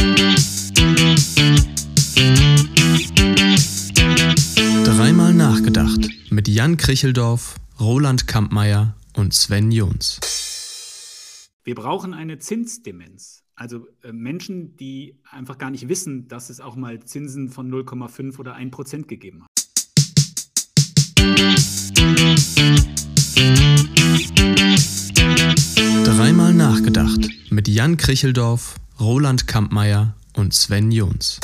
Dreimal nachgedacht mit Jan Kricheldorf, Roland Kampmeier und Sven Jons. Wir brauchen eine Zinsdemenz. Also Menschen, die einfach gar nicht wissen, dass es auch mal Zinsen von 0,5 oder 1% gegeben hat. Dreimal nachgedacht mit Jan Kricheldorf, Roland Kampmeier und Sven Jons.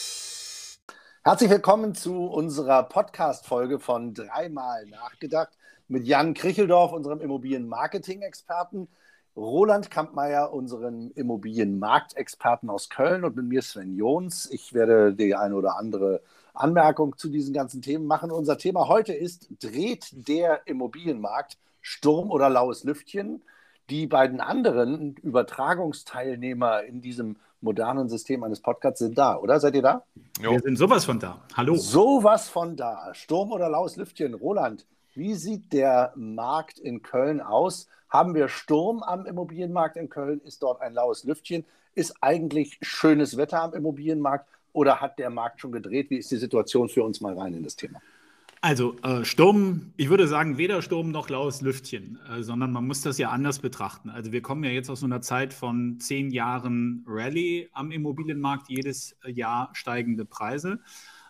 Herzlich willkommen zu unserer Podcast-Folge von Dreimal nachgedacht mit Jan Kricheldorf, unserem Immobilien-Marketing-Experten, Roland Kampmeier, unserem Immobilienmarktexperten aus Köln, und mit mir Sven Jons. Ich werde die eine oder andere Anmerkung zu diesen ganzen Themen machen. Unser Thema heute ist: Dreht der Immobilienmarkt Sturm oder laues Lüftchen? Die beiden anderen Übertragungsteilnehmer in diesem modernen System eines Podcasts sind da, oder? Seid ihr da? Jo. Wir sind sowas von da. Hallo. Sowas von da. Sturm oder laues Lüftchen? Roland, wie sieht der Markt in Köln aus? Haben wir Sturm am Immobilienmarkt in Köln? Ist dort ein laues Lüftchen? Ist eigentlich schönes Wetter am Immobilienmarkt oder hat der Markt schon gedreht? Wie ist die Situation? Für uns mal rein in das Thema. Also Sturm, ich würde sagen, weder Sturm noch laues Lüftchen, sondern man muss das ja anders betrachten. Also wir kommen ja jetzt aus so einer Zeit von 10 Jahren Rallye am Immobilienmarkt, jedes Jahr steigende Preise.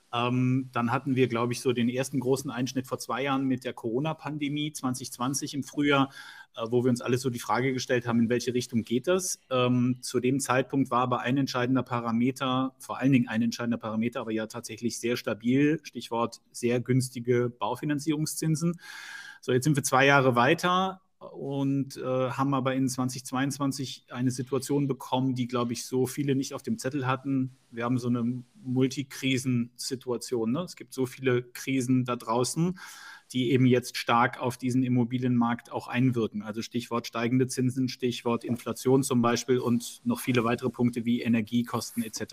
Dann hatten wir, glaube ich, so den ersten großen Einschnitt vor 2 Jahren mit der Corona-Pandemie 2020 im Frühjahr, wo wir uns alle so die Frage gestellt haben, in welche Richtung geht das? Zu dem Zeitpunkt war aber ein entscheidender Parameter, vor allen Dingen ein entscheidender Parameter, aber ja tatsächlich sehr stabil, Stichwort sehr günstige Baufinanzierungszinsen. So, jetzt sind wir 2 Jahre weiter und haben aber in 2022 eine Situation bekommen, die, glaube ich, so viele nicht auf dem Zettel hatten. Wir haben so eine Multikrisensituation, ne? Es gibt so viele Krisen da draußen, die eben jetzt stark auf diesen Immobilienmarkt auch einwirken. Also Stichwort steigende Zinsen, Stichwort Inflation zum Beispiel und noch viele weitere Punkte wie Energiekosten etc.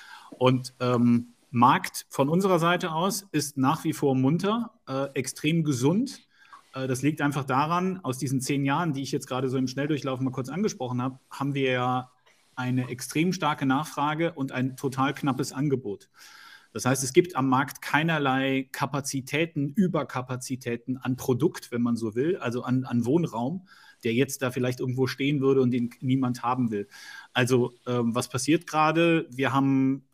Und Markt von unserer Seite aus ist nach wie vor munter, extrem gesund. Das liegt einfach daran, aus diesen 10 Jahren, die ich jetzt gerade so im Schnelldurchlauf mal kurz angesprochen habe, haben wir ja eine extrem starke Nachfrage und ein total knappes Angebot. Das heißt, es gibt am Markt keinerlei Kapazitäten, Überkapazitäten an Produkt, wenn man so will, also an Wohnraum, der jetzt da vielleicht irgendwo stehen würde und den niemand haben will. Also was passiert gerade? Wir haben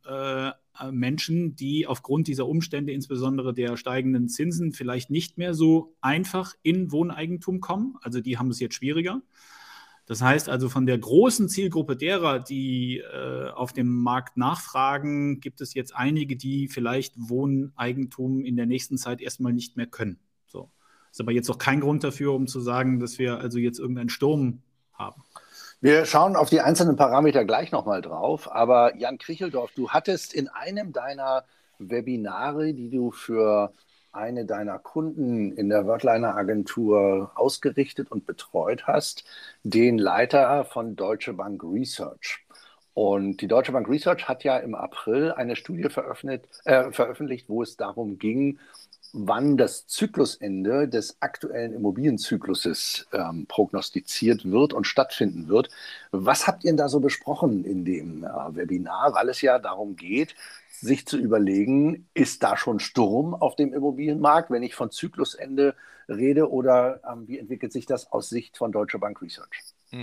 Menschen, die aufgrund dieser Umstände, insbesondere der steigenden Zinsen, vielleicht nicht mehr so einfach in Wohneigentum kommen. Also die haben es jetzt schwieriger. Das heißt also, von der großen Zielgruppe derer, die auf dem Markt nachfragen, gibt es jetzt einige, die vielleicht Wohneigentum in der nächsten Zeit erstmal nicht mehr können. So. Ist aber jetzt auch kein Grund dafür, um zu sagen, dass wir also jetzt irgendeinen Sturm haben. Wir schauen auf die einzelnen Parameter gleich nochmal drauf, aber Jan Kricheldorf, du hattest in einem deiner Webinare, die du für eine deiner Kunden in der Wordliner Agentur ausgerichtet und betreut hast, den Leiter von Deutsche Bank Research. Und die Deutsche Bank Research hat ja im April eine Studie veröffentlicht, wo es darum ging, wann das Zyklusende des aktuellen Immobilienzykluses prognostiziert wird und stattfinden wird. Was habt ihr denn da so besprochen in dem Webinar, weil es ja darum geht, sich zu überlegen, ist da schon Sturm auf dem Immobilienmarkt, wenn ich von Zyklusende rede, oder wie entwickelt sich das aus Sicht von Deutsche Bank Research?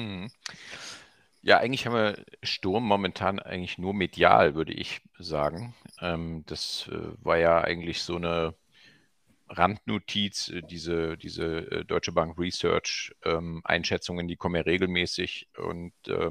Ja, eigentlich haben wir Sturm momentan eigentlich nur medial, würde ich sagen. Das war ja eigentlich so eine Randnotiz, diese Deutsche Bank Research Einschätzungen, die kommen ja regelmäßig, und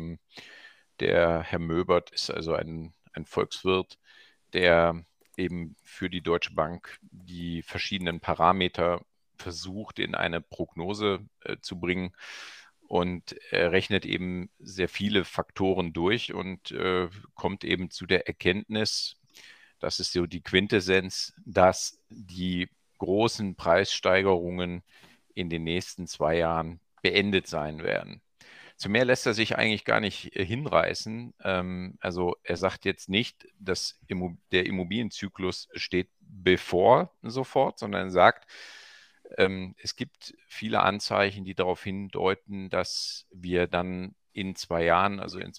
der Herr Möbert ist also ein Volkswirt, der eben für die Deutsche Bank die verschiedenen Parameter versucht in eine Prognose zu bringen, und er rechnet eben sehr viele Faktoren durch und kommt eben zu der Erkenntnis, das ist so die Quintessenz, dass die großen Preissteigerungen in den nächsten 2 Jahren beendet sein werden. Zu mehr lässt er sich eigentlich gar nicht hinreißen. Also er sagt jetzt nicht, dass der Immobilienzyklus steht bevor sofort, sondern er sagt, es gibt viele Anzeichen, die darauf hindeuten, dass wir dann in 2 Jahren, also in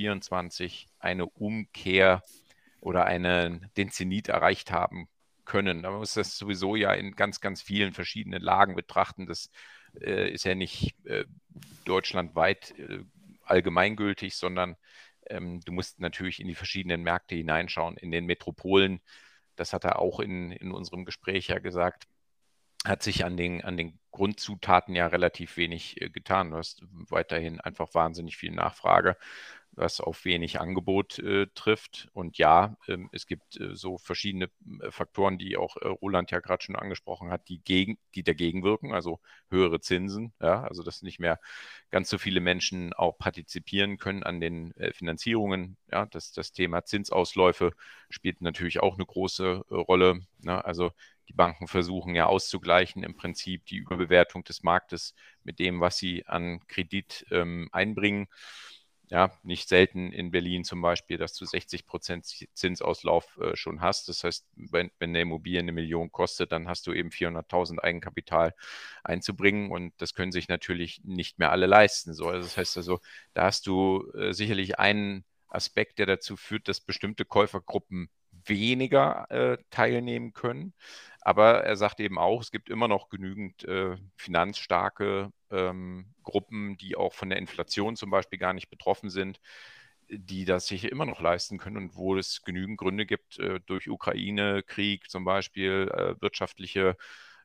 2024, eine Umkehr oder den Zenit erreicht haben können. Man muss das sowieso ja in ganz, ganz vielen verschiedenen Lagen betrachten. Das ist ja nicht deutschlandweit allgemeingültig, sondern du musst natürlich in die verschiedenen Märkte hineinschauen, in den Metropolen. Das hat er auch in unserem Gespräch ja gesagt, hat sich an den Grundzutaten ja relativ wenig getan. Du hast weiterhin einfach wahnsinnig viel Nachfrage, was auf wenig Angebot trifft. Und ja, es gibt so verschiedene Faktoren, die auch Roland ja gerade schon angesprochen hat, die dagegen wirken, also höhere Zinsen, ja, also dass nicht mehr ganz so viele Menschen auch partizipieren können an den Finanzierungen. Ja, das Thema Zinsausläufe spielt natürlich auch eine große Rolle. Ne? Also die Banken versuchen ja auszugleichen im Prinzip die Überbewertung des Marktes mit dem, was sie an Kredit einbringen. Ja, nicht selten in Berlin zum Beispiel, dass du 60% Zinsauslauf schon hast. Das heißt, wenn eine Immobilie 1 Million kostet, dann hast du eben 400.000 Eigenkapital einzubringen und das können sich natürlich nicht mehr alle leisten. So, das heißt also, da hast du sicherlich einen Aspekt, der dazu führt, dass bestimmte Käufergruppen weniger teilnehmen können. Aber er sagt eben auch, es gibt immer noch genügend finanzstarke Gruppen, die auch von der Inflation zum Beispiel gar nicht betroffen sind, die das sich immer noch leisten können und wo es genügend Gründe gibt, durch Ukraine-Krieg zum Beispiel, wirtschaftliche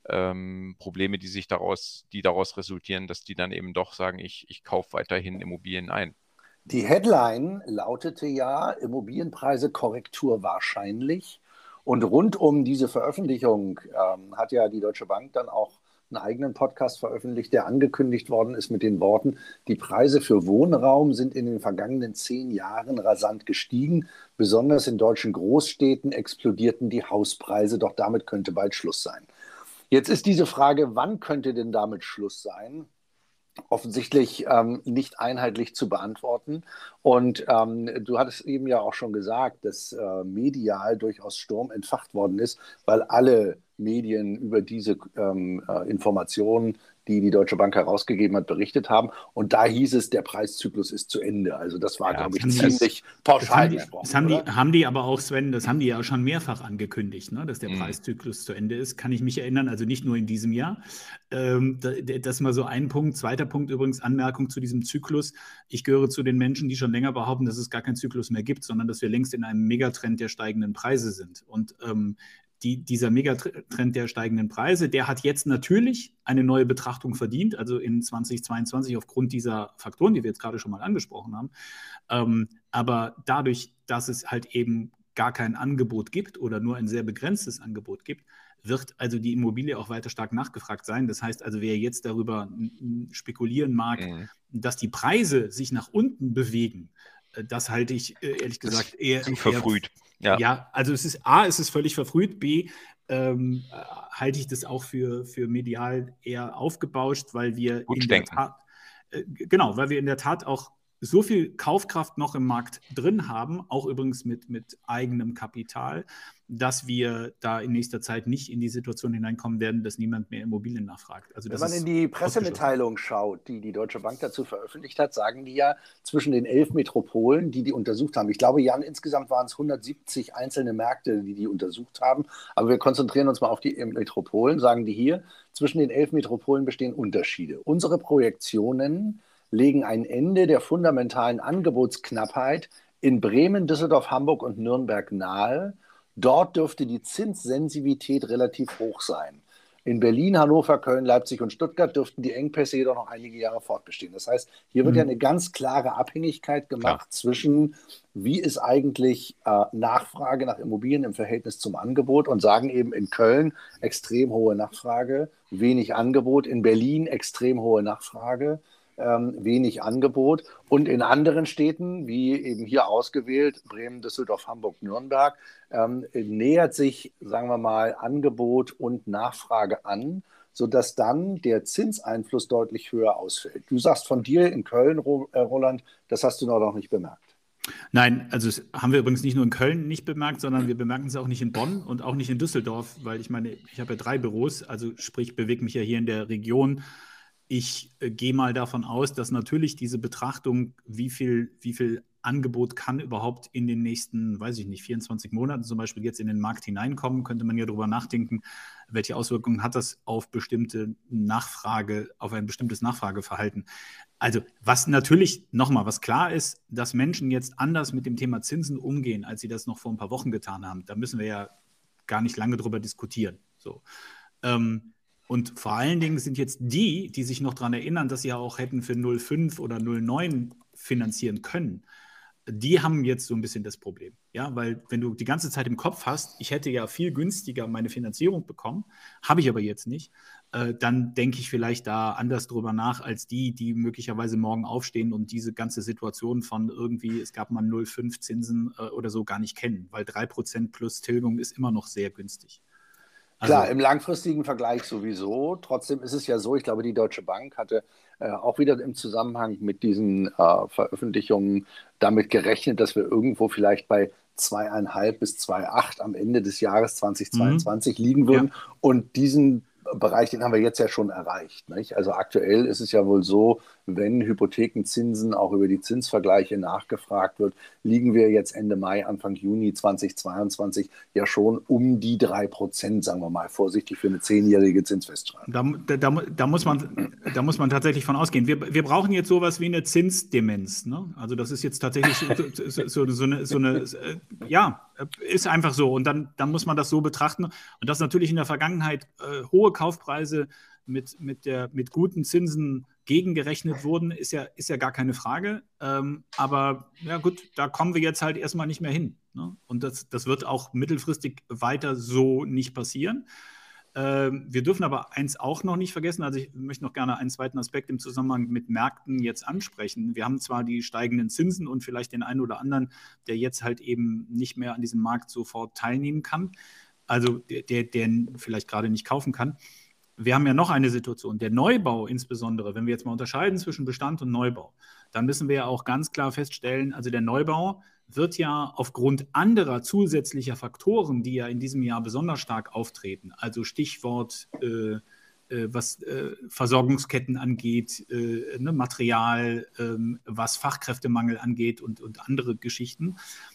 Probleme, die daraus resultieren, dass die dann eben doch sagen, ich kaufe weiterhin Immobilien ein. Die Headline lautete ja, Immobilienpreise Korrektur wahrscheinlich. Und rund um diese Veröffentlichung hat ja die Deutsche Bank dann auch einen eigenen Podcast veröffentlicht, der angekündigt worden ist mit den Worten, die Preise für Wohnraum sind in den vergangenen 10 Jahren rasant gestiegen. Besonders in deutschen Großstädten explodierten die Hauspreise, doch damit könnte bald Schluss sein. Jetzt ist diese Frage, wann könnte denn damit Schluss sein? Offensichtlich nicht einheitlich zu beantworten. Und du hattest eben ja auch schon gesagt, dass medial durchaus Sturm entfacht worden ist, weil alle Medien über diese Informationen, die die Deutsche Bank herausgegeben hat, berichtet haben. Und da hieß es, der Preiszyklus ist zu Ende. Also das war, glaube ich, ziemlich pauschal gesprochen. Das haben die aber auch, Sven, das haben die ja schon mehrfach angekündigt, ne, dass der Preiszyklus zu Ende ist. Kann ich mich erinnern, also nicht nur in diesem Jahr. Das mal so ein Punkt. Zweiter Punkt übrigens, Anmerkung zu diesem Zyklus. Ich gehöre zu den Menschen, die schon länger behaupten, dass es gar keinen Zyklus mehr gibt, sondern dass wir längst in einem Megatrend der steigenden Preise sind. Und dieser Megatrend der steigenden Preise, der hat jetzt natürlich eine neue Betrachtung verdient, also in 2022 aufgrund dieser Faktoren, die wir jetzt gerade schon mal angesprochen haben. Aber dadurch, dass es halt eben gar kein Angebot gibt oder nur ein sehr begrenztes Angebot gibt, wird also die Immobilie auch weiter stark nachgefragt sein. Das heißt also, wer jetzt darüber spekulieren mag, dass die Preise sich nach unten bewegen, das halte ich ehrlich gesagt eher verfrüht. Ja, also es ist völlig verfrüht. B, halte ich das auch für medial eher aufgebauscht, weil wir weil wir in der Tat auch so viel Kaufkraft noch im Markt drin haben, auch übrigens mit eigenem Kapital, dass wir da in nächster Zeit nicht in die Situation hineinkommen werden, dass niemand mehr Immobilien nachfragt. Also wenn man in die Pressemitteilung schaut, die die Deutsche Bank dazu veröffentlicht hat, sagen die ja, zwischen den 11 Metropolen, die untersucht haben, ich glaube, Jan, insgesamt waren es 170 einzelne Märkte, die untersucht haben, aber wir konzentrieren uns mal auf die Metropolen, sagen die hier, zwischen den 11 Metropolen bestehen Unterschiede. Unsere Projektionen legen ein Ende der fundamentalen Angebotsknappheit in Bremen, Düsseldorf, Hamburg und Nürnberg nahe. Dort dürfte die Zinssensitivität relativ hoch sein. In Berlin, Hannover, Köln, Leipzig und Stuttgart dürften die Engpässe jedoch noch einige Jahre fortbestehen. Das heißt, hier wird ja eine ganz klare Abhängigkeit gemacht zwischen, wie ist eigentlich Nachfrage nach Immobilien im Verhältnis zum Angebot, und sagen eben in Köln extrem hohe Nachfrage, wenig Angebot, in Berlin extrem hohe Nachfrage, wenig Angebot, und in anderen Städten, wie eben hier ausgewählt, Bremen, Düsseldorf, Hamburg, Nürnberg, nähert sich, sagen wir mal, Angebot und Nachfrage an, sodass dann der Zinseinfluss deutlich höher ausfällt. Du sagst von dir in Köln, Roland, das hast du noch nicht bemerkt. Nein, also das haben wir übrigens nicht nur in Köln nicht bemerkt, sondern wir bemerken es auch nicht in Bonn und auch nicht in Düsseldorf, weil ich meine, ich habe ja 3 Büros, also sprich, bewege mich ja hier in der Region ich gehe mal davon aus, dass natürlich diese Betrachtung, wie viel Angebot kann überhaupt in den nächsten, weiß ich nicht, 24 Monaten zum Beispiel jetzt in den Markt hineinkommen, könnte man ja darüber nachdenken, welche Auswirkungen hat das auf bestimmte Nachfrage, auf ein bestimmtes Nachfrageverhalten. Also was natürlich, nochmal, was klar ist, dass Menschen jetzt anders mit dem Thema Zinsen umgehen, als sie das noch vor ein paar Wochen getan haben. Da müssen wir ja gar nicht lange drüber diskutieren. So. Und vor allen Dingen sind jetzt die sich noch daran erinnern, dass sie ja auch hätten für 0,5 oder 0,9 finanzieren können, die haben jetzt so ein bisschen das Problem. Ja, weil wenn du die ganze Zeit im Kopf hast, ich hätte ja viel günstiger meine Finanzierung bekommen, habe ich aber jetzt nicht, dann denke ich vielleicht da anders drüber nach, als die möglicherweise morgen aufstehen und diese ganze Situation von irgendwie, es gab mal 0,5 Zinsen oder so gar nicht kennen, weil 3% plus Tilgung ist immer noch sehr günstig. Klar, im langfristigen Vergleich sowieso. Trotzdem ist es ja so, ich glaube, die Deutsche Bank hatte auch wieder im Zusammenhang mit diesen Veröffentlichungen damit gerechnet, dass wir irgendwo vielleicht bei 2,5 bis 2,8 am Ende des Jahres 2022 liegen würden. Ja. Und diesen Bereich, den haben wir jetzt ja schon erreicht. Nicht? Also aktuell ist es ja wohl so, wenn Hypothekenzinsen auch über die Zinsvergleiche nachgefragt wird, liegen wir jetzt Ende Mai, Anfang Juni 2022 ja schon um die 3%, sagen wir mal, vorsichtig für eine 10-jährige Zinsfestschreibung. Da muss man tatsächlich von ausgehen. Wir brauchen jetzt sowas wie eine Zinsdemenz. Ne? Also das ist jetzt tatsächlich so eine ja, ist einfach so. Und dann muss man das so betrachten. Und dass natürlich in der Vergangenheit hohe Kaufpreise mit guten Zinsen gegengerechnet wurden, ist ja gar keine Frage. Aber ja gut, da kommen wir jetzt halt erstmal nicht mehr hin. Ne? Und das wird auch mittelfristig weiter so nicht passieren. Wir dürfen aber eins auch noch nicht vergessen, also ich möchte noch gerne einen zweiten Aspekt im Zusammenhang mit Märkten jetzt ansprechen. Wir haben zwar die steigenden Zinsen und vielleicht den einen oder anderen, der jetzt halt eben nicht mehr an diesem Markt sofort teilnehmen kann, also der vielleicht gerade nicht kaufen kann. Wir haben ja noch eine Situation, der Neubau insbesondere, wenn wir jetzt mal unterscheiden zwischen Bestand und Neubau, dann müssen wir ja auch ganz klar feststellen, also der Neubau wird ja aufgrund anderer zusätzlicher Faktoren, die ja in diesem Jahr besonders stark auftreten, also Stichwort, was Versorgungsketten angeht, Material, was Fachkräftemangel angeht und andere Geschichten,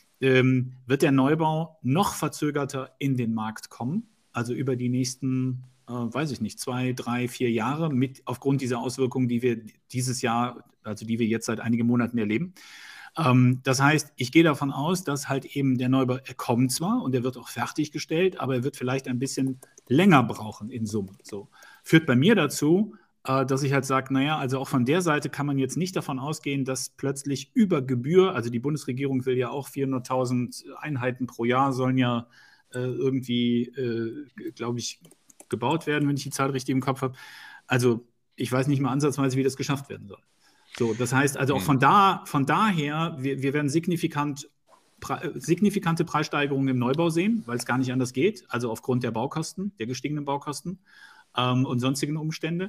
wird der Neubau noch verzögerter in den Markt kommen, also über die nächsten weiß ich nicht, 2, 3, 4 Jahre aufgrund dieser Auswirkungen, die wir dieses Jahr, also die wir jetzt seit einigen Monaten erleben. Das heißt, ich gehe davon aus, dass halt eben der Neubau, er kommt zwar und er wird auch fertiggestellt, aber er wird vielleicht ein bisschen länger brauchen in Summe. So. Führt bei mir dazu, dass ich halt sage, naja, also auch von der Seite kann man jetzt nicht davon ausgehen, dass plötzlich über Gebühr, also die Bundesregierung will ja auch 400.000 Einheiten pro Jahr sollen ja irgendwie, glaube ich, gebaut werden, wenn ich die Zahl richtig im Kopf habe. Also ich weiß nicht mal ansatzweise, wie das geschafft werden soll. So, das heißt also auch von daher, wir werden signifikante Preissteigerungen im Neubau sehen, weil es gar nicht anders geht, also aufgrund der Baukosten, der gestiegenen Baukosten und sonstigen Umstände.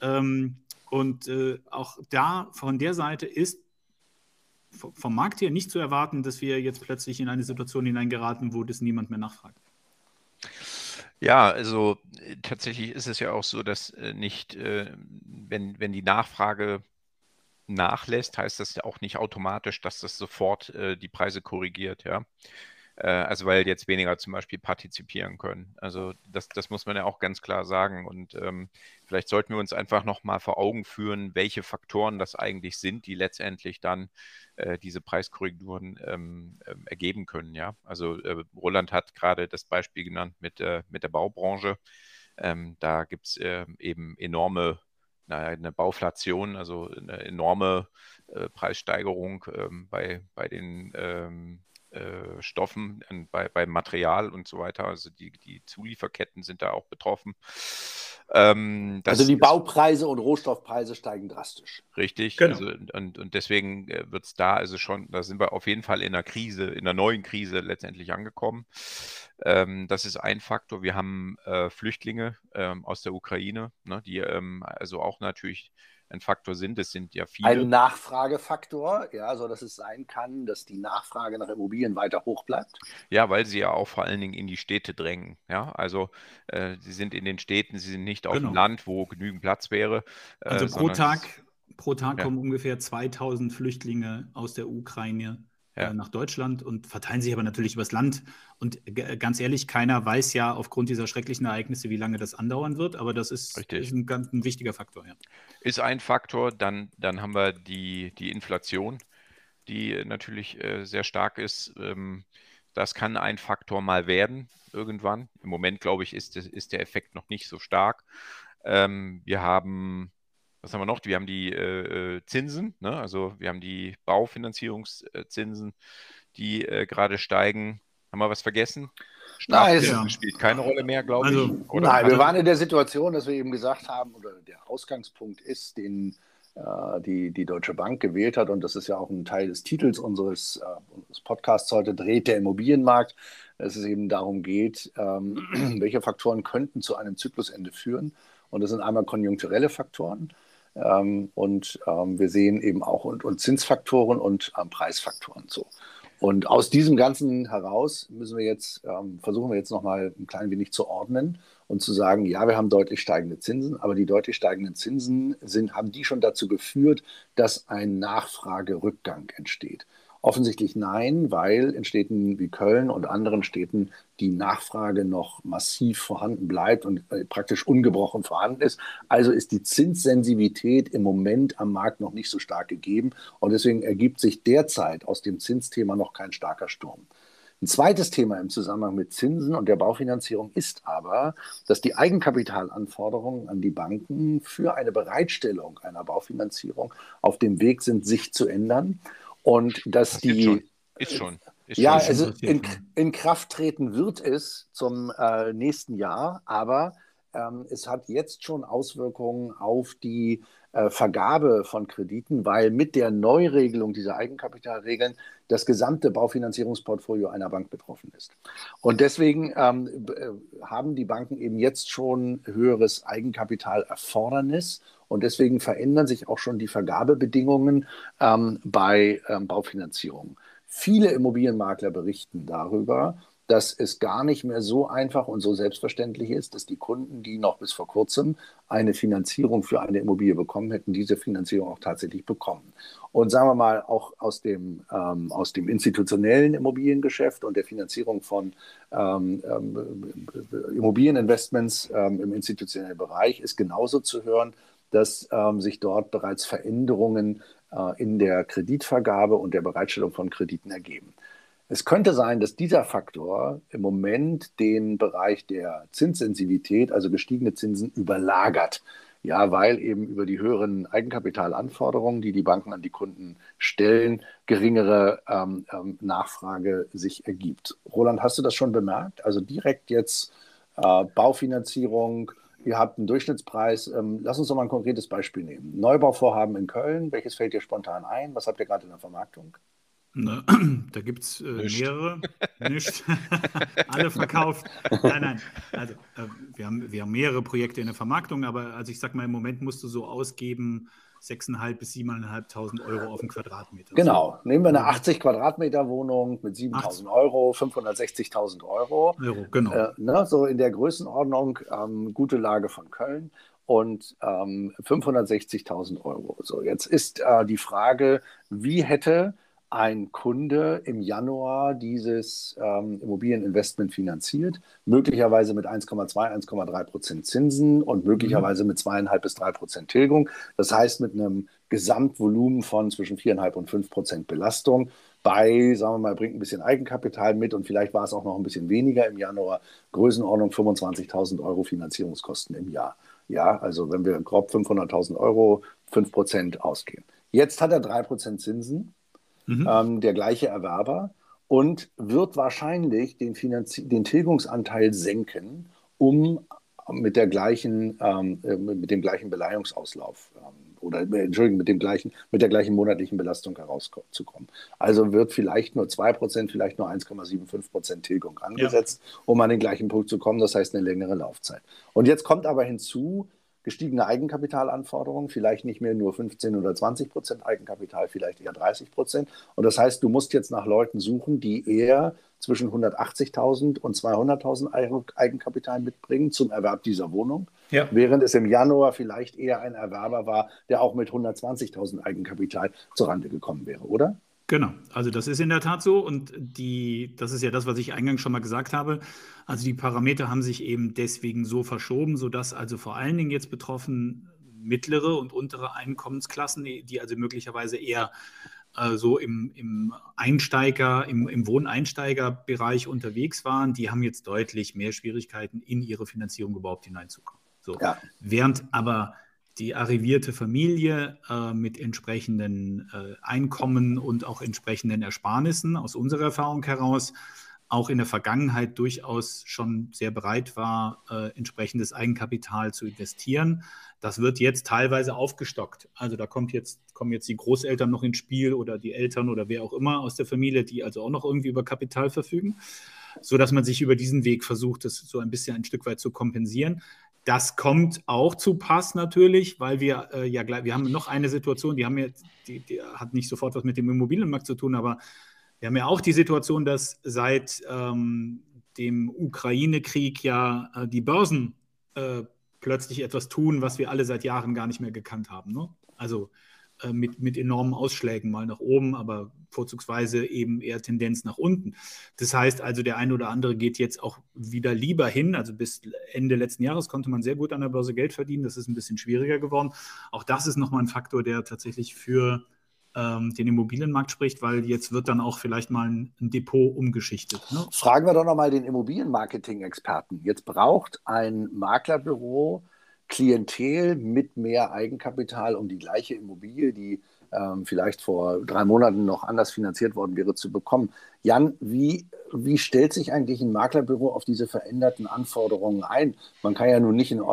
Auch da von der Seite ist vom Markt her nicht zu erwarten, dass wir jetzt plötzlich in eine Situation hineingeraten, wo das niemand mehr nachfragt. Ja, also tatsächlich ist es ja auch so, dass nicht, wenn die Nachfrage nachlässt, heißt das ja auch nicht automatisch, dass das sofort die Preise korrigiert, ja. Also weil jetzt weniger zum Beispiel partizipieren können. Also das muss man ja auch ganz klar sagen. Und vielleicht sollten wir uns einfach nochmal vor Augen führen, welche Faktoren das eigentlich sind, die letztendlich dann diese Preiskorrekturen ergeben können. Ja? Also Roland hat gerade das Beispiel genannt mit der Baubranche. Da gibt es eben eine Bauflation, also eine enorme Preissteigerung bei den Stoffen, bei Material und so weiter. Also die Zulieferketten sind da auch betroffen. Also die Baupreise und Rohstoffpreise steigen drastisch. Richtig. Genau. Also, und deswegen wird es da da sind wir auf jeden Fall in einer neuen Krise letztendlich angekommen. Das ist ein Faktor. Wir haben Flüchtlinge aus der Ukraine, ne, die also auch natürlich ein Faktor sind. Es sind ja viele. Ein Nachfragefaktor, ja, so dass es sein kann, dass die Nachfrage nach Immobilien weiter hoch bleibt. Ja, weil sie ja auch vor allen Dingen in die Städte drängen. Ja, also sie sind in den Städten, sie sind nicht auf dem Genau. Land, wo genügend Platz wäre. Also pro Tag Ja. kommen ungefähr 2000 Flüchtlinge aus der Ukraine nach Deutschland und verteilen sich aber natürlich übers Land. Und ganz ehrlich, keiner weiß ja aufgrund dieser schrecklichen Ereignisse, wie lange das andauern wird, aber das ist ein wichtiger Faktor. Ja. Ist ein Faktor, dann haben wir die Inflation, die natürlich sehr stark ist. Das kann ein Faktor mal werden, irgendwann. Im Moment, glaube ich, ist der Effekt noch nicht so stark. Wir haben, was haben wir noch? Wir haben die Zinsen, ne? Also wir haben die Baufinanzierungszinsen, die gerade steigen. Haben wir was vergessen? Strafzinsen spielt keine Rolle mehr, glaube ich. Oder? Nein, wir waren in der Situation, dass wir eben gesagt haben, oder der Ausgangspunkt ist, den die Deutsche Bank gewählt hat, und das ist ja auch ein Teil des Titels unseres Podcasts heute, dreht der Immobilienmarkt, dass es eben darum geht, welche Faktoren könnten zu einem Zyklusende führen. Und das sind einmal konjunkturelle Faktoren wir sehen eben auch und Zinsfaktoren und Preisfaktoren so. Und aus diesem Ganzen heraus versuchen wir jetzt nochmal ein klein wenig zu ordnen und zu sagen, ja, wir haben deutlich steigende Zinsen, aber die deutlich steigenden Zinsen haben die schon dazu geführt, dass ein Nachfragerückgang entsteht? Offensichtlich nein, weil in Städten wie Köln und anderen Städten die Nachfrage noch massiv vorhanden bleibt und praktisch ungebrochen vorhanden ist. Also ist die Zinssensibilität im Moment am Markt noch nicht so stark gegeben. Und deswegen ergibt sich derzeit aus dem Zinsthema noch kein starker Sturm. Ein zweites Thema im Zusammenhang mit Zinsen und der Baufinanzierung ist aber, dass die Eigenkapitalanforderungen an die Banken für eine Bereitstellung einer Baufinanzierung auf dem Weg sind, sich zu ändern. Und dass in Kraft treten wird es zum nächsten Jahr, aber es hat jetzt schon Auswirkungen auf die Vergabe von Krediten, weil mit der Neuregelung dieser Eigenkapitalregeln das gesamte Baufinanzierungsportfolio einer Bank betroffen ist. Und deswegen haben die Banken eben jetzt schon höheres Eigenkapitalerfordernis. Und deswegen verändern sich auch schon die Vergabebedingungen bei Baufinanzierung. Viele Immobilienmakler berichten darüber, dass es gar nicht mehr so einfach und so selbstverständlich ist, dass die Kunden, die noch bis vor kurzem eine Finanzierung für eine Immobilie bekommen hätten, diese Finanzierung auch tatsächlich bekommen. Und sagen wir mal, auch aus dem institutionellen Immobiliengeschäft und der Finanzierung von Immobilieninvestments im institutionellen Bereich ist genauso zu hören, dass sich dort bereits Veränderungen in der Kreditvergabe und der Bereitstellung von Krediten ergeben. Es könnte sein, dass dieser Faktor im Moment den Bereich der Zinssensibilität, also gestiegene Zinsen, überlagert. Ja, weil eben über die höheren Eigenkapitalanforderungen, die die Banken an die Kunden stellen, geringere Nachfrage sich ergibt. Roland, hast du das schon bemerkt? Also direkt jetzt Baufinanzierung, ihr habt einen Durchschnittspreis. Lass uns doch mal ein konkretes Beispiel nehmen. Neubauvorhaben in Köln, welches fällt dir spontan ein? Was habt ihr gerade in der Vermarktung? Ne, da gibt es mehrere. Nicht. Alle verkauft. Nein. Also wir haben mehrere Projekte in der Vermarktung, aber also ich sag mal, im Moment musst du so ausgeben 6.500 bis 7.500 Euro auf den Quadratmeter. Genau. Nehmen wir eine 80 Quadratmeter Wohnung mit 7.000 Euro, 560.000 Euro. Genau. So in der Größenordnung, gute Lage von Köln. Und 560.000 Euro. So, jetzt ist die Frage, wie hätte ein Kunde im Januar dieses Immobilieninvestment finanziert, möglicherweise mit 1,2, 1,3% Zinsen und möglicherweise mit 2,5 bis 3% Tilgung. Das heißt, mit einem Gesamtvolumen von zwischen 4,5 und 5% Belastung bei, sagen wir mal, bringt ein bisschen Eigenkapital mit und vielleicht war es auch noch ein bisschen weniger im Januar, Größenordnung 25.000 Euro Finanzierungskosten im Jahr. Ja, also wenn wir grob 500.000 Euro, 5% ausgehen. Jetzt hat er 3% Zinsen. Der gleiche Erwerber und wird wahrscheinlich den Tilgungsanteil senken, um mit dem gleichen Beleihungsauslauf mit der gleichen monatlichen Belastung herauszukommen. Also wird vielleicht nur 2%, vielleicht nur 1,75% Tilgung angesetzt, um an den gleichen Punkt zu kommen. Das heißt eine längere Laufzeit. Und jetzt kommt aber hinzu, gestiegene Eigenkapitalanforderungen, vielleicht nicht mehr nur 15 oder 20% Eigenkapital, vielleicht eher 30%. Und das heißt, du musst jetzt nach Leuten suchen, die eher zwischen 180.000 und 200.000 Eigenkapital mitbringen zum Erwerb dieser Wohnung, während es im Januar vielleicht eher ein Erwerber war, der auch mit 120.000 Eigenkapital zurande gekommen wäre, oder? Genau, also das ist in der Tat so und das ist ja das, was ich eingangs schon mal gesagt habe. Also die Parameter haben sich eben deswegen so verschoben, sodass also vor allen Dingen jetzt betroffen mittlere und untere Einkommensklassen, die also möglicherweise eher so im Wohneinsteigerbereich unterwegs waren, die haben jetzt deutlich mehr Schwierigkeiten, in ihre Finanzierung überhaupt hineinzukommen. So. Ja. Während aber die arrivierte Familie mit entsprechenden Einkommen und auch entsprechenden Ersparnissen aus unserer Erfahrung heraus auch in der Vergangenheit durchaus schon sehr bereit war, entsprechendes Eigenkapital zu investieren. Das wird jetzt teilweise aufgestockt. Also da kommen jetzt die Großeltern noch ins Spiel oder die Eltern oder wer auch immer aus der Familie, die also auch noch irgendwie über Kapital verfügen, sodass man sich über diesen Weg versucht, das so ein Stück weit zu kompensieren. Das kommt auch zu Pass natürlich, weil wir wir haben noch eine Situation, die hat nicht sofort was mit dem Immobilienmarkt zu tun, aber wir haben ja auch die Situation, dass seit dem Ukraine-Krieg die Börsen plötzlich etwas tun, was wir alle seit Jahren gar nicht mehr gekannt haben. Ne? Also mit enormen Ausschlägen mal nach oben, aber vorzugsweise eben eher Tendenz nach unten. Das heißt also, der eine oder andere geht jetzt auch wieder lieber hin. Also bis Ende letzten Jahres konnte man sehr gut an der Börse Geld verdienen. Das ist ein bisschen schwieriger geworden. Auch das ist nochmal ein Faktor, der tatsächlich für den Immobilienmarkt spricht, weil jetzt wird dann auch vielleicht mal ein Depot umgeschichtet. Ne? Fragen wir doch nochmal den Immobilienmarketing-Experten. Jetzt braucht ein Maklerbüro Klientel mit mehr Eigenkapital, um die gleiche Immobilie, die vielleicht vor 3 Monaten noch anders finanziert worden wäre, zu bekommen. Jan, wie stellt sich eigentlich ein Maklerbüro auf diese veränderten Anforderungen ein? Man kann ja nun nicht im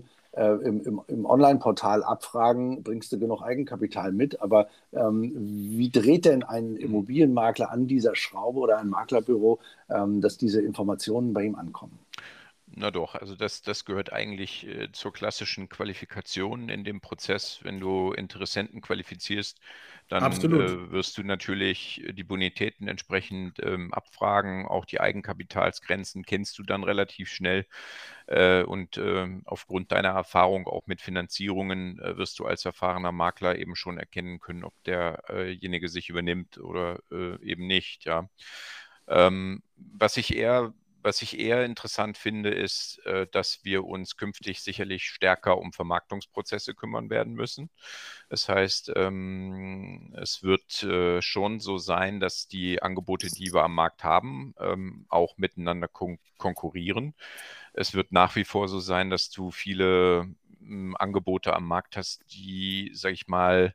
Online-Portal abfragen, bringst du genug Eigenkapital mit, aber wie dreht denn ein Immobilienmakler an dieser Schraube oder ein Maklerbüro, dass diese Informationen bei ihm ankommen? Na doch, also das gehört eigentlich zur klassischen Qualifikation in dem Prozess. Wenn du Interessenten qualifizierst, dann wirst du natürlich die Bonitäten entsprechend abfragen. Auch die Eigenkapitalsgrenzen kennst du dann relativ schnell. Und aufgrund deiner Erfahrung auch mit Finanzierungen wirst du als erfahrener Makler eben schon erkennen können, ob derjenige sich übernimmt oder eben nicht. Ja. Was ich eher interessant finde, ist, dass wir uns künftig sicherlich stärker um Vermarktungsprozesse kümmern werden müssen. Das heißt, es wird schon so sein, dass die Angebote, die wir am Markt haben, auch miteinander konkurrieren. Es wird nach wie vor so sein, dass du viele Angebote am Markt hast, die, sag ich mal,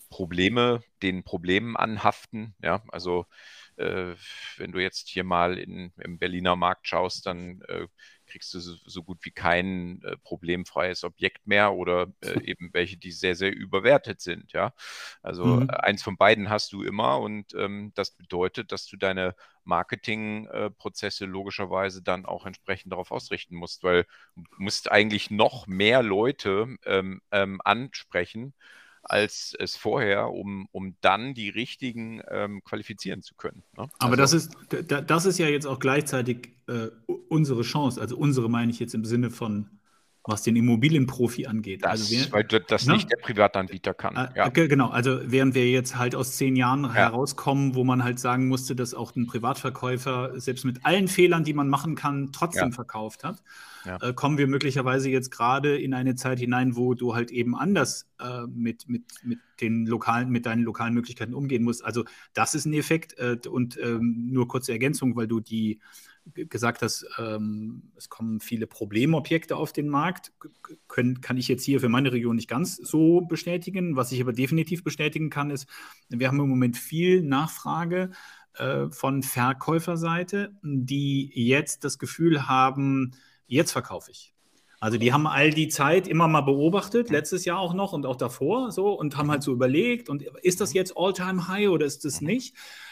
den Problemen anhaften. Ja, also wenn du jetzt hier mal im Berliner Markt schaust, dann kriegst du so gut wie kein problemfreies Objekt mehr oder eben welche, die sehr, sehr überwertet sind. Ja? Also eins von beiden hast du immer und das bedeutet, dass du deine Marketingprozesse logischerweise dann auch entsprechend darauf ausrichten musst, weil du musst eigentlich noch mehr Leute ansprechen, als es vorher, um dann die richtigen qualifizieren zu können. Ne? Aber das ist ja jetzt auch gleichzeitig unsere Chance. Also unsere meine ich jetzt im Sinne von, was den Immobilienprofi angeht. Weil das nicht der Privatanbieter kann. Ja. Genau, also während wir jetzt halt aus 10 Jahren herauskommen, wo man halt sagen musste, dass auch ein Privatverkäufer selbst mit allen Fehlern, die man machen kann, trotzdem verkauft hat, kommen wir möglicherweise jetzt gerade in eine Zeit hinein, wo du halt eben anders mit deinen lokalen Möglichkeiten umgehen musst. Also das ist ein Effekt und nur kurze Ergänzung, weil du gesagt hast, es kommen viele Problemobjekte auf den Markt. Kann ich jetzt hier für meine Region nicht ganz so bestätigen. Was ich aber definitiv bestätigen kann, ist, wir haben im Moment viel Nachfrage von Verkäuferseite, die jetzt das Gefühl haben, jetzt verkaufe ich. Also die haben all die Zeit immer mal beobachtet, letztes Jahr auch noch und auch davor so und haben halt so überlegt, und ist das jetzt All-Time-High oder ist das nicht?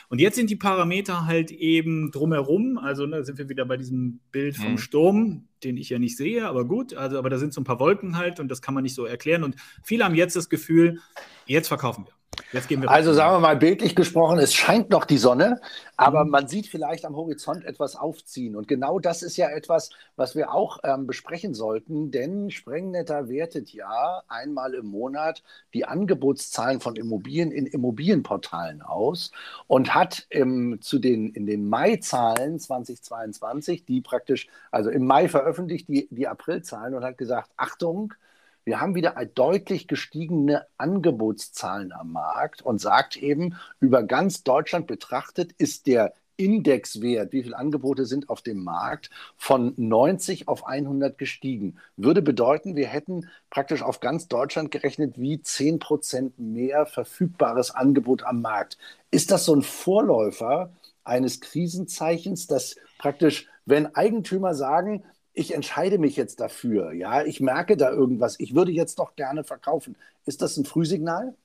Und jetzt sind die Parameter halt eben drumherum, also da sind wir wieder bei diesem Bild vom Sturm, den ich ja nicht sehe, aber gut, also aber da sind so ein paar Wolken halt und das kann man nicht so erklären und viele haben jetzt das Gefühl, jetzt verkaufen wir. Jetzt gehen wir Also sagen wir mal bildlich gesprochen, es scheint noch die Sonne, aber man sieht vielleicht am Horizont etwas aufziehen. Und genau das ist ja etwas, was wir auch besprechen sollten, denn Sprengnetter wertet ja einmal im Monat die Angebotszahlen von Immobilien in Immobilienportalen aus und hat in den Mai-Zahlen 2022, die praktisch, also im Mai veröffentlicht die April-Zahlen und hat gesagt, Achtung, wir haben wieder deutlich gestiegene Angebotszahlen am Markt und sagt eben, über ganz Deutschland betrachtet ist der Indexwert, wie viele Angebote sind auf dem Markt, von 90 auf 100 gestiegen. Würde bedeuten, wir hätten praktisch auf ganz Deutschland gerechnet wie 10% mehr verfügbares Angebot am Markt. Ist das so ein Vorläufer eines Krisenzeichens, dass praktisch, wenn Eigentümer sagen, ich entscheide mich jetzt dafür, ja, ich merke da irgendwas, ich würde jetzt doch gerne verkaufen. Ist das ein Frühsignal?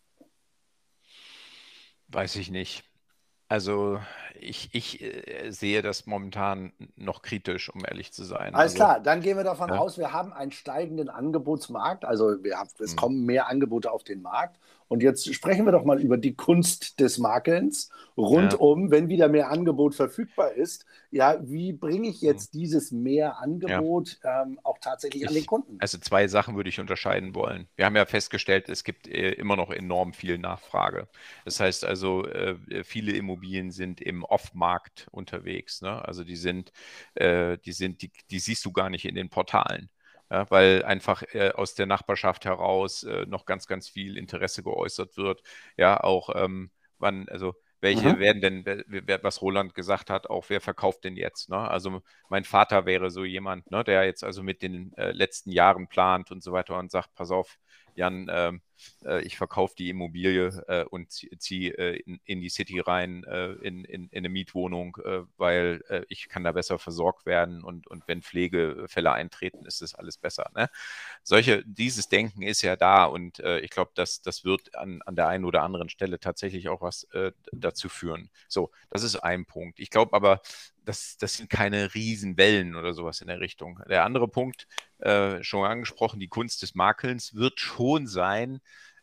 Weiß ich nicht. Also ich sehe das momentan noch kritisch, um ehrlich zu sein. Alles Also, klar, dann gehen wir davon ja. aus, wir haben einen steigenden Angebotsmarkt, also es kommen mehr Angebote auf den Markt. Und jetzt sprechen wir doch mal über die Kunst des Makelns rundum, wenn wieder mehr Angebot verfügbar ist. Ja, wie bringe ich jetzt dieses mehr Angebot auch tatsächlich an den Kunden? Also 2 Sachen würde ich unterscheiden wollen. Wir haben ja festgestellt, es gibt immer noch enorm viel Nachfrage. Das heißt also, viele Immobilien sind im Off-Markt unterwegs. Ne? Also die siehst du gar nicht in den Portalen. Ja, weil einfach aus der Nachbarschaft heraus noch ganz, ganz viel Interesse geäußert wird. Ja, auch welche werden denn, was Roland gesagt hat, auch wer verkauft denn jetzt? Ne? Also mein Vater wäre so jemand, ne, der jetzt also mit den letzten Jahren plant und so weiter und sagt, pass auf, Jan, ich verkaufe die Immobilie und ziehe in die City rein, in eine Mietwohnung, weil ich kann da besser versorgt werden und wenn Pflegefälle eintreten, ist das alles besser. Ne? Dieses Denken ist ja da und ich glaube, das wird an der einen oder anderen Stelle tatsächlich auch was dazu führen. So, das ist ein Punkt. Ich glaube aber, das sind keine Riesenwellen oder sowas in der Richtung. Der andere Punkt, schon angesprochen, die Kunst des Makelns wird schon sein,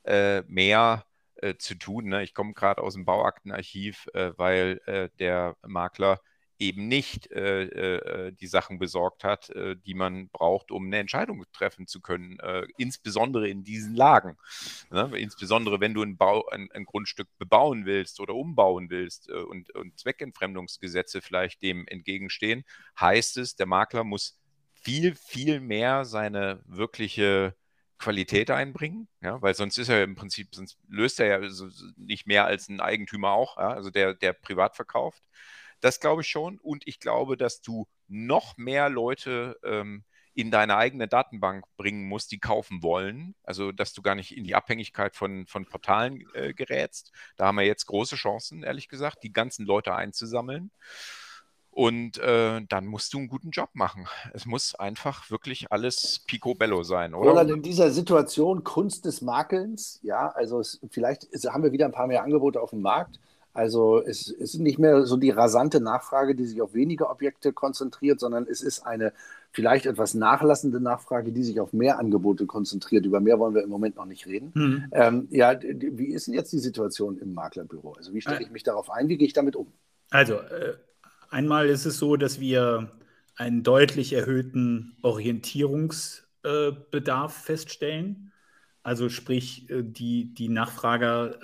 mehr zu tun. Ne? Ich komme gerade aus dem Bauaktenarchiv, weil der Makler eben nicht die Sachen besorgt hat, die man braucht, um eine Entscheidung treffen zu können, insbesondere in diesen Lagen. Ne? Insbesondere, wenn du ein Grundstück bebauen willst oder umbauen willst und Zweckentfremdungsgesetze vielleicht dem entgegenstehen, heißt es, der Makler muss viel, viel mehr seine wirkliche Qualität einbringen, ja, weil sonst löst er ja nicht mehr als ein Eigentümer auch, ja, also der privat verkauft. Das glaube ich schon. Und ich glaube, dass du noch mehr Leute in deine eigene Datenbank bringen musst, die kaufen wollen. Also, dass du gar nicht in die Abhängigkeit von Portalen gerätst. Da haben wir jetzt große Chancen, ehrlich gesagt, die ganzen Leute einzusammeln. Und dann musst du einen guten Job machen. Es muss einfach wirklich alles picobello sein, oder? Roland, in dieser Situation Kunst des Makelns, ja, also vielleicht haben wir wieder ein paar mehr Angebote auf dem Markt. Also es ist nicht mehr so die rasante Nachfrage, die sich auf wenige Objekte konzentriert, sondern es ist eine vielleicht etwas nachlassende Nachfrage, die sich auf mehr Angebote konzentriert. Über mehr wollen wir im Moment noch nicht reden. Wie ist denn jetzt die Situation im Maklerbüro? Also wie stelle ich mich darauf ein? Wie gehe ich damit um? Also einmal ist es so, dass wir einen deutlich erhöhten Orientierungsbedarf feststellen. Also sprich, die Nachfrager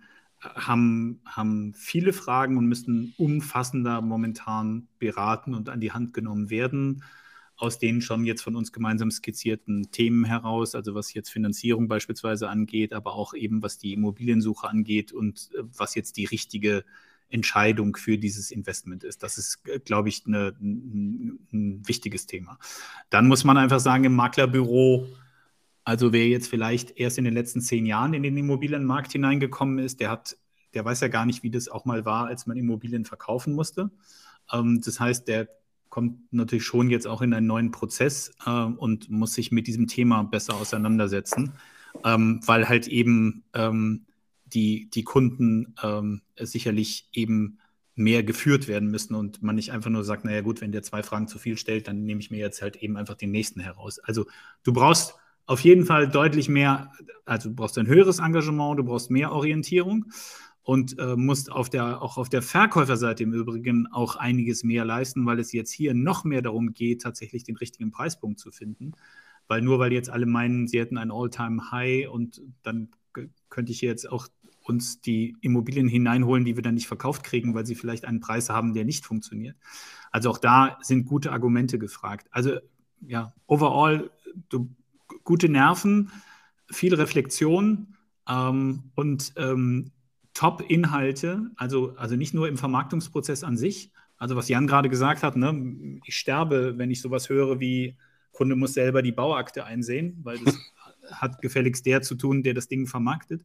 haben viele Fragen und müssen umfassender momentan beraten und an die Hand genommen werden, aus den schon jetzt von uns gemeinsam skizzierten Themen heraus, also was jetzt Finanzierung beispielsweise angeht, aber auch eben was die Immobiliensuche angeht und was jetzt die richtige Entscheidung für dieses Investment ist. Das ist, glaube ich, ein wichtiges Thema. Dann muss man einfach sagen, im Maklerbüro, also wer jetzt vielleicht erst in den letzten 10 Jahren in den Immobilienmarkt hineingekommen ist, der weiß ja gar nicht, wie das auch mal war, als man Immobilien verkaufen musste. Das heißt, der kommt natürlich schon jetzt auch in einen neuen Prozess und muss sich mit diesem Thema besser auseinandersetzen, weil halt eben die Kunden sicherlich eben mehr geführt werden müssen und man nicht einfach nur sagt, naja gut, wenn der 2 Fragen zu viel stellt, dann nehme ich mir jetzt halt eben einfach den nächsten heraus. Also du brauchst auf jeden Fall deutlich mehr, also du brauchst ein höheres Engagement, du brauchst mehr Orientierung und musst auch auf der Verkäuferseite im Übrigen auch einiges mehr leisten, weil es jetzt hier noch mehr darum geht, tatsächlich den richtigen Preispunkt zu finden. Weil jetzt alle meinen, sie hätten ein All-Time-High und dann könnte ich jetzt auch uns die Immobilien hineinholen, die wir dann nicht verkauft kriegen, weil sie vielleicht einen Preis haben, der nicht funktioniert. Also auch da sind gute Argumente gefragt. Also ja, overall gute Nerven, viel Reflexion und Top-Inhalte, also nicht nur im Vermarktungsprozess an sich. Also was Jan gerade gesagt hat, ne, ich sterbe, wenn ich sowas höre wie Kunde muss selber die Bauakte einsehen, weil das hat gefälligst der zu tun, der das Ding vermarktet.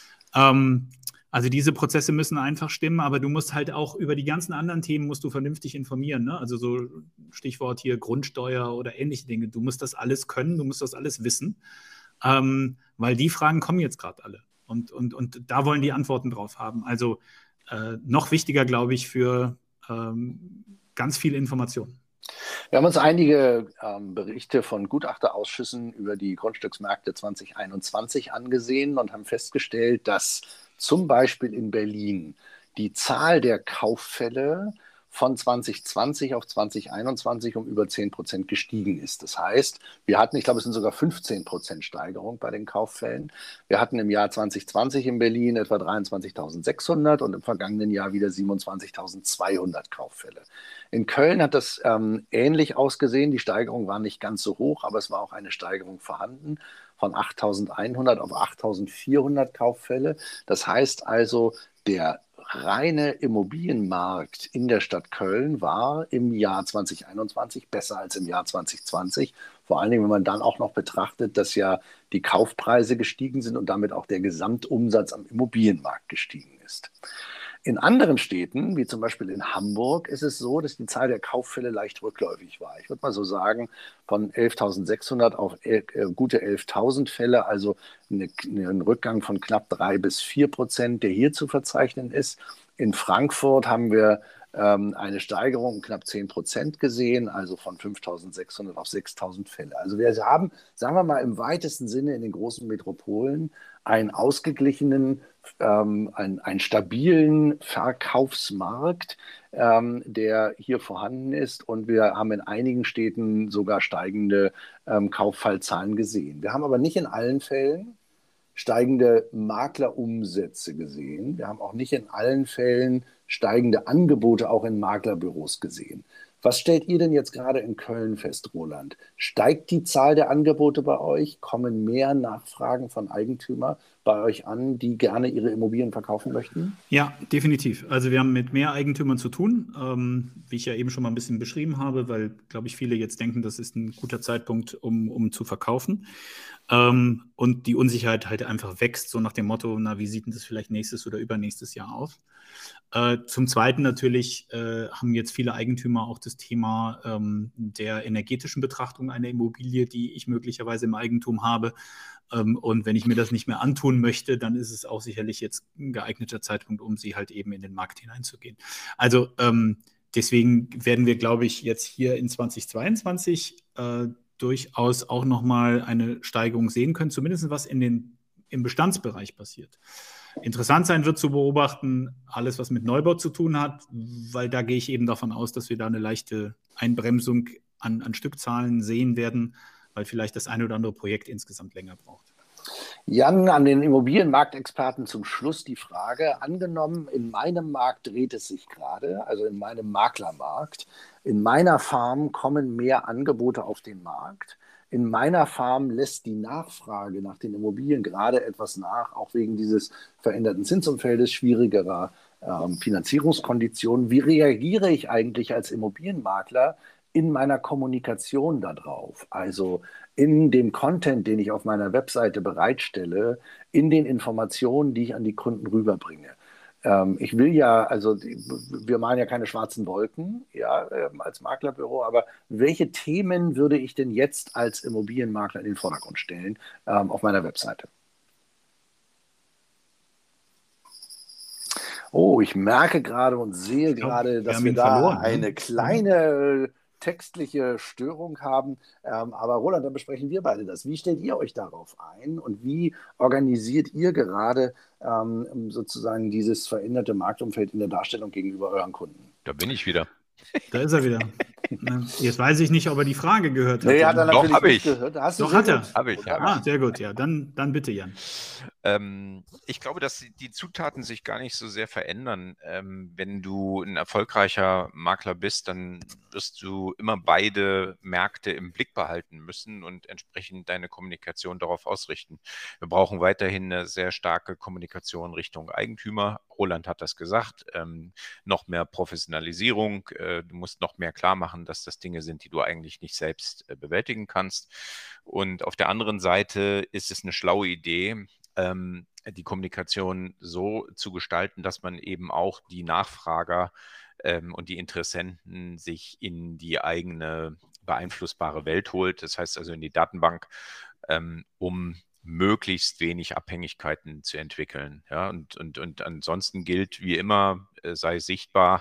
Also diese Prozesse müssen einfach stimmen, aber du musst halt auch über die ganzen anderen Themen musst du vernünftig informieren. Ne? Also so Stichwort hier Grundsteuer oder ähnliche Dinge. Du musst das alles können, du musst das alles wissen, weil die Fragen kommen jetzt gerade alle. Und da wollen die Antworten drauf haben. Also noch wichtiger, glaube ich, für ganz viel Information. Wir haben uns einige Berichte von Gutachterausschüssen über die Grundstücksmärkte 2021 angesehen und haben festgestellt, dass zum Beispiel in Berlin die Zahl der Kauffälle von 2020 auf 2021 um über 10% gestiegen ist. Das heißt, wir hatten, ich glaube, es sind sogar 15% Steigerung bei den Kauffällen. Wir hatten im Jahr 2020 in Berlin etwa 23.600 und im vergangenen Jahr wieder 27.200 Kauffälle. In Köln hat das ähnlich ausgesehen. Die Steigerung war nicht ganz so hoch, aber es war auch eine Steigerung vorhanden von 8.100 auf 8.400 Kauffälle. Das heißt also, der reine Immobilienmarkt in der Stadt Köln war im Jahr 2021 besser als im Jahr 2020. Vor allen Dingen, wenn man dann auch noch betrachtet, dass ja die Kaufpreise gestiegen sind und damit auch der Gesamtumsatz am Immobilienmarkt gestiegen ist. In anderen Städten, wie zum Beispiel in Hamburg, ist es so, dass die Zahl der Kauffälle leicht rückläufig war. Ich würde mal so sagen, von 11.600 auf gute 11.000 Fälle, also ein Rückgang von knapp 3-4%, der hier zu verzeichnen ist. In Frankfurt haben wir eine Steigerung um knapp 10% gesehen, also von 5.600 auf 6.000 Fälle. Also wir haben, sagen wir mal, im weitesten Sinne in den großen Metropolen einen ausgeglichenen, einen stabilen Verkaufsmarkt, der hier vorhanden ist. Und wir haben in einigen Städten sogar steigende Kauffallzahlen gesehen. Wir haben aber nicht in allen Fällen steigende Maklerumsätze gesehen. Wir haben auch nicht in allen Fällen steigende Angebote auch in Maklerbüros gesehen. Was stellt ihr denn jetzt gerade in Köln fest, Roland? Steigt die Zahl der Angebote bei euch? Kommen mehr Nachfragen von Eigentümern bei euch an, die gerne ihre Immobilien verkaufen möchten? Ja, definitiv. Also wir haben mit mehr Eigentümern zu tun, wie ich ja eben schon mal ein bisschen beschrieben habe, weil, glaube ich, viele jetzt denken, das ist ein guter Zeitpunkt, um zu verkaufen. Und die Unsicherheit halt einfach wächst, so nach dem Motto, na, wie sieht denn das vielleicht nächstes oder übernächstes Jahr aus? Zum Zweiten natürlich haben jetzt viele Eigentümer auch das Thema der energetischen Betrachtung einer Immobilie, die ich möglicherweise im Eigentum habe. Und wenn ich mir das nicht mehr antun möchte, dann ist es auch sicherlich jetzt ein geeigneter Zeitpunkt, um sie halt eben in den Markt hineinzugehen. Also deswegen werden wir, glaube ich, jetzt hier in 2022 durchaus auch nochmal eine Steigerung sehen können, zumindest was im Bestandsbereich passiert. Interessant sein wird zu beobachten, alles, was mit Neubau zu tun hat, weil da gehe ich eben davon aus, dass wir da eine leichte Einbremsung an Stückzahlen sehen werden, weil vielleicht das eine oder andere Projekt insgesamt länger braucht. Jan, an den Immobilienmarktexperten zum Schluss die Frage, angenommen, in meinem Markt dreht es sich gerade, also in meinem Maklermarkt, in meiner Farm kommen mehr Angebote auf den Markt. In meiner Farm lässt die Nachfrage nach den Immobilien gerade etwas nach, auch wegen dieses veränderten Zinsumfeldes, schwierigerer Finanzierungskonditionen. Wie reagiere ich eigentlich als Immobilienmakler in meiner Kommunikation darauf? Also in dem Content, den ich auf meiner Webseite bereitstelle, in den Informationen, die ich an die Kunden rüberbringe. Ich will ja, also wir malen ja keine schwarzen Wolken, ja, als Maklerbüro, aber welche Themen würde ich denn jetzt als Immobilienmakler in den Vordergrund stellen auf meiner Webseite? Oh, ich merke gerade und sehe gerade, wir dass haben wir ihn da verloren, ne? eine kleine textliche Störung haben. Aber Roland, dann besprechen wir beide das. Wie stellt ihr euch darauf ein und wie organisiert ihr gerade sozusagen dieses veränderte Marktumfeld in der Darstellung gegenüber euren Kunden? Da bin ich wieder. Da ist er wieder. Jetzt weiß ich nicht, ob er die Frage gehört hat. Nee, hat er Doch, natürlich hab nicht ich. gehört. Hast du Doch, sehr hat er. gut. Habe ich. Sehr gut, ja. Dann bitte, Jan. Ich glaube, dass die Zutaten sich gar nicht so sehr verändern. Wenn du ein erfolgreicher Makler bist, dann wirst du immer beide Märkte im Blick behalten müssen und entsprechend deine Kommunikation darauf ausrichten. Wir brauchen weiterhin eine sehr starke Kommunikation Richtung Eigentümer. Roland hat das gesagt. Noch mehr Professionalisierung. Du musst noch mehr klar machen, dass das Dinge sind, die du eigentlich nicht selbst bewältigen kannst. Und auf der anderen Seite ist es eine schlaue Idee, die Kommunikation so zu gestalten, dass man eben auch die Nachfrager und die Interessenten sich in die eigene beeinflussbare Welt holt. Das heißt also in die Datenbank, um möglichst wenig Abhängigkeiten zu entwickeln. Ja, und ansonsten gilt wie immer, sei sichtbar,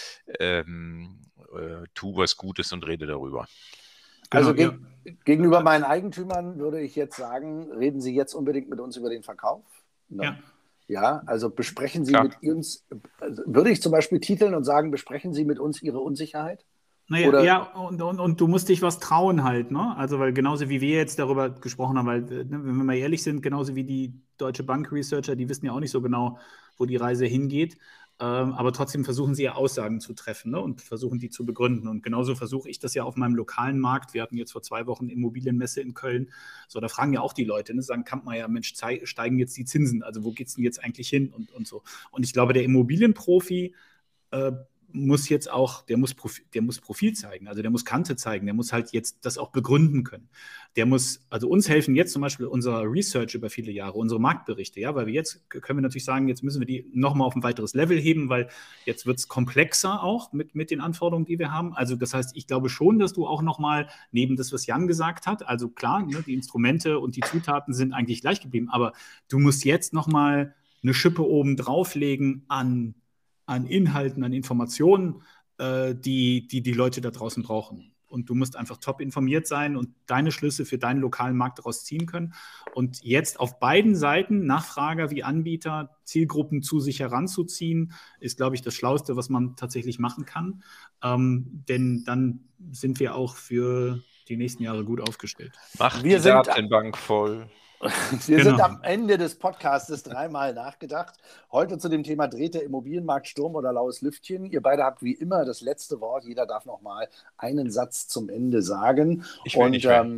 tu was Gutes und rede darüber. Also Genau, gegenüber meinen Eigentümern würde ich jetzt sagen, reden Sie jetzt unbedingt mit uns über den Verkauf. Ja. Ja, also besprechen Sie Klar. mit uns, würde ich zum Beispiel titeln und sagen, besprechen Sie mit uns Ihre Unsicherheit? Naja, Oder- ja, und du musst dich was trauen halt, ne? Also, weil genauso wie wir jetzt darüber gesprochen haben, weil, ne, wenn wir mal ehrlich sind, genauso wie die Deutsche Bank Researcher, die wissen ja auch nicht so genau, wo die Reise hingeht. Aber trotzdem versuchen sie ja Aussagen zu treffen, ne? Und versuchen die zu begründen. Und genauso versuche ich das ja auf meinem lokalen Markt. Wir hatten jetzt vor 2 Wochen Immobilienmesse in Köln. So, da fragen ja auch die Leute, ne? Sagen Kampmeier, Mensch, steigen jetzt die Zinsen? Also, wo geht es denn jetzt eigentlich hin? Und so. Und ich glaube, der Immobilienprofi muss jetzt auch, der muss Profil zeigen, also der muss Kante zeigen, der muss halt jetzt das auch begründen können. Der muss, also uns helfen jetzt zum Beispiel unser Research über viele Jahre, unsere Marktberichte, ja, weil wir jetzt können wir natürlich sagen, jetzt müssen wir die nochmal auf ein weiteres Level heben, weil jetzt wird es komplexer auch mit den Anforderungen, die wir haben. Also das heißt, ich glaube schon, dass du auch nochmal neben das, was Jan gesagt hat, also klar, ne, die Instrumente und die Zutaten sind eigentlich gleich geblieben, aber du musst jetzt nochmal eine Schippe oben drauflegen an Inhalten, an Informationen, die Leute da draußen brauchen. Und du musst einfach top informiert sein und deine Schlüsse für deinen lokalen Markt daraus ziehen können. Und jetzt auf beiden Seiten, Nachfrager wie Anbieter, Zielgruppen zu sich heranzuziehen, ist, glaube ich, das Schlauste, was man tatsächlich machen kann. Denn dann sind wir auch für die nächsten Jahre gut aufgestellt. Macht Wir die sind- Datenbank voll. Wir Genau. sind am Ende des Podcastes dreimal nachgedacht. Heute zu dem Thema dreht der Immobilienmarkt Sturm oder laues Lüftchen. Ihr beide habt wie immer das letzte Wort. Jeder darf noch mal einen Satz zum Ende sagen. Ich will nicht mehr.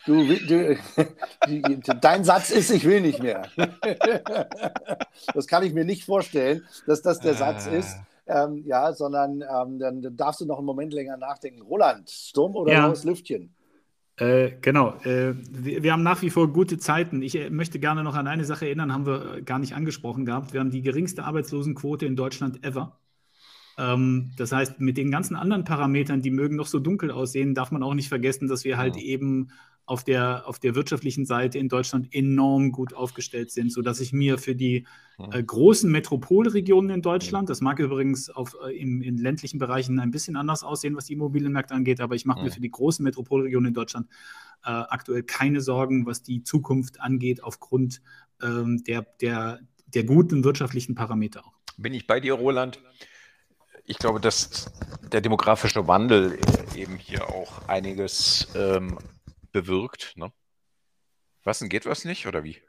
Dein Satz ist, ich will nicht mehr. Das kann ich mir nicht vorstellen, dass das der Satz ist. Sondern dann darfst du noch einen Moment länger nachdenken. Roland, Sturm oder Ja. laues Lüftchen? Genau. Wir haben nach wie vor gute Zeiten. Ich möchte gerne noch an eine Sache erinnern, haben wir gar nicht angesprochen gehabt. Wir haben die geringste Arbeitslosenquote in Deutschland ever. Das heißt, mit den ganzen anderen Parametern, die mögen noch so dunkel aussehen, darf man auch nicht vergessen, dass wir halt eben auf der wirtschaftlichen Seite in Deutschland enorm gut aufgestellt sind, sodass ich mir für die großen Metropolregionen in Deutschland, das mag übrigens in ländlichen Bereichen ein bisschen anders aussehen, was die Immobilienmärkte angeht, aber ich mache mir für die großen Metropolregionen in Deutschland aktuell keine Sorgen, was die Zukunft angeht, aufgrund der guten wirtschaftlichen Parameter auch. Bin ich bei dir, Roland? Ich glaube, dass der demografische Wandel eben hier auch einiges bewirkt. Ne? Was denn, geht was nicht oder wie?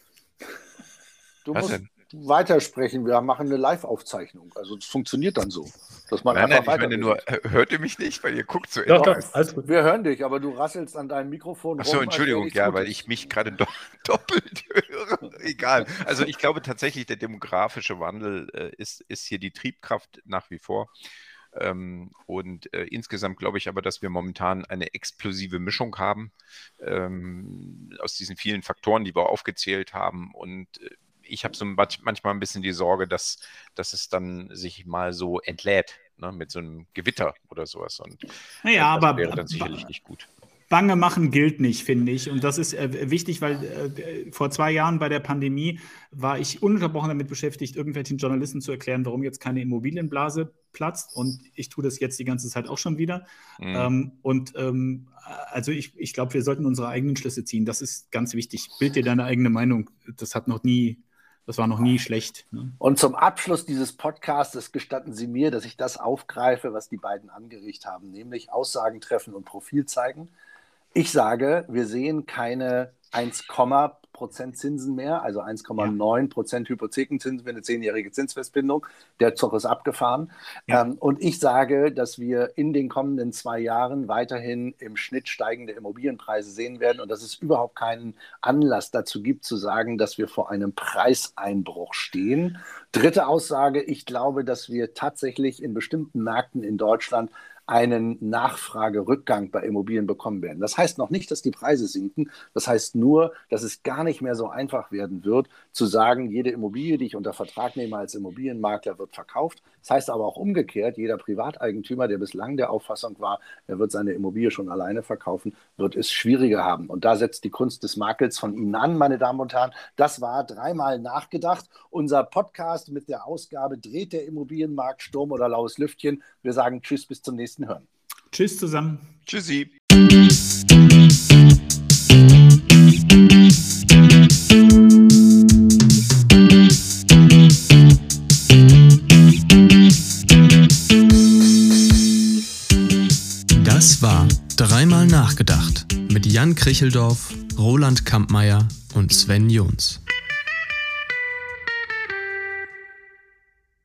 Du Was musst denn? weitersprechen. Wir machen eine Live-Aufzeichnung. Also es funktioniert dann so, dass man Nein, einfach ich meine nur, weiterredet. hört ihr mich nicht? Weil ihr guckt so Doch, etwas. alles gut. Wir hören dich, aber du rasselst an deinem Mikrofon Achso, rum. Entschuldigung, als wäre ja, weil nichts ich mich gerade doppelt höre. Egal. Also ich glaube tatsächlich, der demografische Wandel ist hier die Triebkraft nach wie vor. Insgesamt glaube ich aber, dass wir momentan eine explosive Mischung haben aus diesen vielen Faktoren, die wir aufgezählt haben. Und ich habe so manchmal ein bisschen die Sorge, dass es dann sich mal so entlädt, ne, mit so einem Gewitter oder sowas. Und Naja, das aber wäre dann sicherlich nicht gut. Bange machen gilt nicht, finde ich. Und das ist wichtig, weil vor 2 Jahren bei der Pandemie war ich ununterbrochen damit beschäftigt, irgendwelchen Journalisten zu erklären, warum jetzt keine Immobilienblase platzt. Und ich tue das jetzt die ganze Zeit auch schon wieder. Also ich glaube, wir sollten unsere eigenen Schlüsse ziehen. Das ist ganz wichtig. Bild dir deine eigene Meinung. Das war noch nie schlecht. Ne? Und zum Abschluss dieses Podcasts gestatten Sie mir, dass ich das aufgreife, was die beiden angeregt haben, nämlich Aussagen treffen und Profil zeigen. Ich sage, wir sehen keine 1,% Zinsen mehr, also 1,9% Hypothekenzinsen für eine 10-jährige Zinsfestbindung. Der Zug ist abgefahren. Ja. Und ich sage, dass wir in den kommenden 2 Jahren weiterhin im Schnitt steigende Immobilienpreise sehen werden und dass es überhaupt keinen Anlass dazu gibt, zu sagen, dass wir vor einem Preiseinbruch stehen. Dritte Aussage, ich glaube, dass wir tatsächlich in bestimmten Märkten in Deutschland einen Nachfragerückgang bei Immobilien bekommen werden. Das heißt noch nicht, dass die Preise sinken. Das heißt nur, dass es gar nicht mehr so einfach werden wird, zu sagen, jede Immobilie, die ich unter Vertrag nehme als Immobilienmakler, wird verkauft. Das heißt aber auch umgekehrt, jeder Privateigentümer, der bislang der Auffassung war, er wird seine Immobilie schon alleine verkaufen, wird es schwieriger haben. Und da setzt die Kunst des Makels von Ihnen an, meine Damen und Herren. Das war dreimal nachgedacht. Unser Podcast mit der Ausgabe Dreht der Immobilienmarkt Sturm oder laues Lüftchen. Wir sagen Tschüss, bis zum nächsten Hören. Tschüss zusammen. Tschüssi. Das war Dreimal nachgedacht mit Jan Kricheldorf, Roland Kampmeier und Sven Jons.